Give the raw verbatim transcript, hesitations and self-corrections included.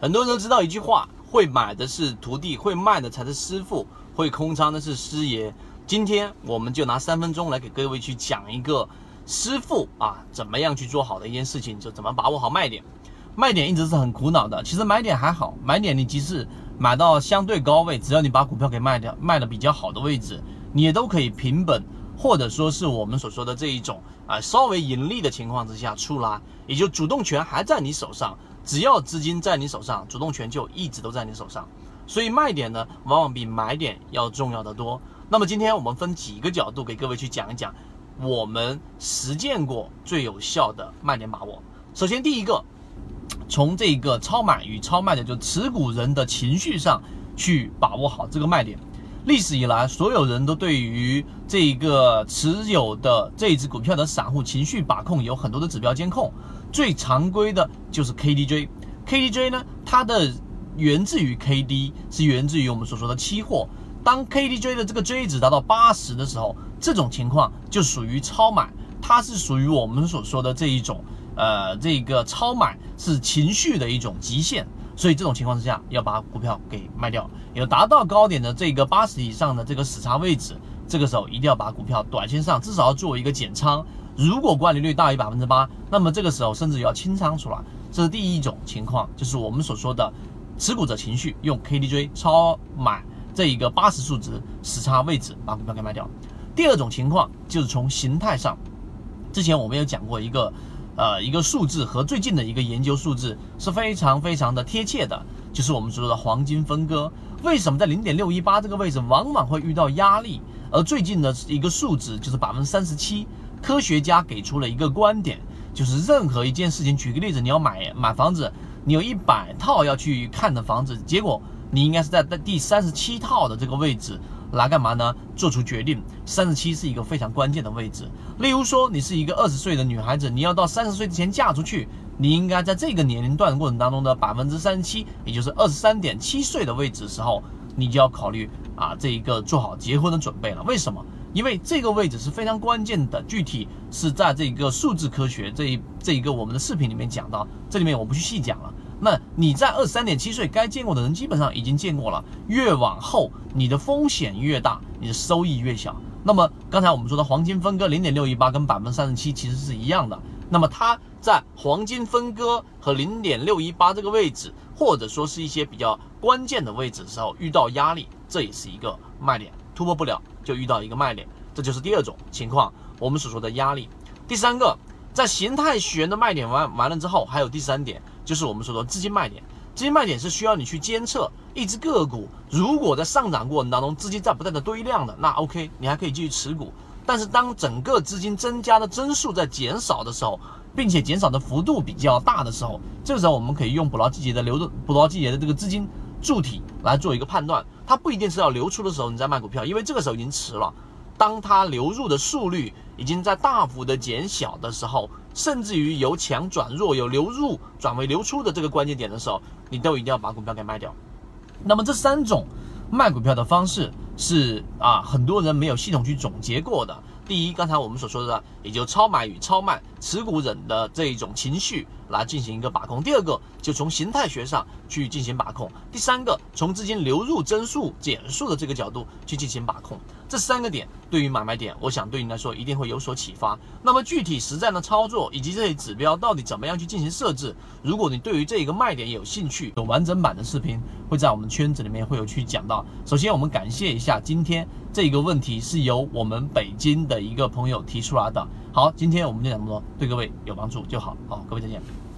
很多人都知道一句话，会买的是徒弟，会卖的才是师傅，会空仓的是师爷。今天我们就拿三分钟来给各位去讲一个师傅啊，怎么样去做好的一件事情，就怎么把握好卖点。卖点一直是很苦恼的，其实买点还好，买点你即使买到相对高位，只要你把股票给卖掉，卖的比较好的位置，你也都可以平本，或者说是我们所说的这一种啊、呃、稍微盈利的情况之下出拉，也就主动权还在你手上。只要资金在你手上，主动权就一直都在你手上。所以卖点呢，往往比买点要重要的多。那么今天我们分几个角度给各位去讲一讲，我们实践过最有效的卖点把握。首先第一个，从这个超买与超卖的就持股人的情绪上去把握好这个卖点。历史以来，所有人都对于这个持有的这一只股票的散户情绪把控有很多的指标监控，最常规的就是 K D J。K D J 呢，它的源自于 K D， 是源自于我们所说的期货。当 K D J 的这个 J 值达到八十的时候，这种情况就属于超买，它是属于我们所说的这一种呃，这个超买是情绪的一种极限。所以这种情况之下，要把股票给卖掉，有达到高点的这个八十以上的这个死叉位置，这个时候一定要把股票短线上至少要做一个减仓。如果管理率大于 百分之八， 那么这个时候甚至要清仓出来。这是第一种情况，就是我们所说的持股者情绪用 K D J 超买这一个八十数值死叉位置把股票给卖掉。第二种情况就是从形态上，之前我们有讲过一个呃，一个数字和最近的一个研究数字是非常非常的贴切的，就是我们说的黄金分割。为什么在 零点六一八 这个位置往往会遇到压力？而最近的一个数值就是 百分之三十七。科学家给出了一个观点，就是任何一件事情，举个例子，你要买买房子，你有一百套要去看的房子，结果你应该是在第三十七套的这个位置来干嘛呢？做出决定。三十七是一个非常关键的位置。例如说，你是一个二十岁的女孩子，你要到三十岁之前嫁出去，你应该在这个年龄段过程当中的 百分之三十七， 也就是二十三点七岁的位置的时候，你就要考虑啊，这一个做好结婚的准备了。为什么？因为这个位置是非常关键的，具体是在这个数字科学这一这一个我们的视频里面讲到，这里面我不去细讲了。那你在二十三点七岁该见过的人基本上已经见过了，越往后你的风险越大，你的收益越小。那么刚才我们说的黄金分割 零点六一八 跟 百分之三十七 其实是一样的。那么它在黄金分割和 零点六一八 这个位置，或者说是一些比较关键的位置的时候遇到压力，这也是一个卖点，突破不了就遇到一个卖点，这就是第二种情况，我们所说的压力。第三个，在形态学的卖点完完了之后，还有第三点，就是我们说的资金卖点。资金卖点是需要你去监测一只个股，如果在上涨过程当中资金在不断的堆量的，那 OK， 你还可以继续持股。但是当整个资金增加的增速在减少的时候，并且减少的幅度比较大的时候，这个时候我们可以用捕捞季节的流动捕捞季节的这个资金柱体来做一个判断。它不一定是要流出的时候你再卖股票，因为这个时候已经迟了。当它流入的速率已经在大幅的减小的时候，甚至于由强转弱，由流入转为流出的这个关键点的时候，你都一定要把股票给卖掉。那么这三种卖股票的方式是啊，很多人没有系统去总结过的。第一，刚才我们所说的，也就超买与超卖持股人的这一种情绪来进行一个把控。第二个，就从形态学上去进行把控。第三个，从资金流入增速减速的这个角度去进行把控。这三个点对于买卖点，我想对你来说一定会有所启发。那么具体实战的操作以及这些指标到底怎么样去进行设置，如果你对于这一个卖点有兴趣，有完整版的视频会在我们圈子里面会有去讲到。首先我们感谢一下，今天这个问题是由我们北京的一个朋友提出来的。好，今天我们就讲这么多，对各位有帮助就好。好，各位再见。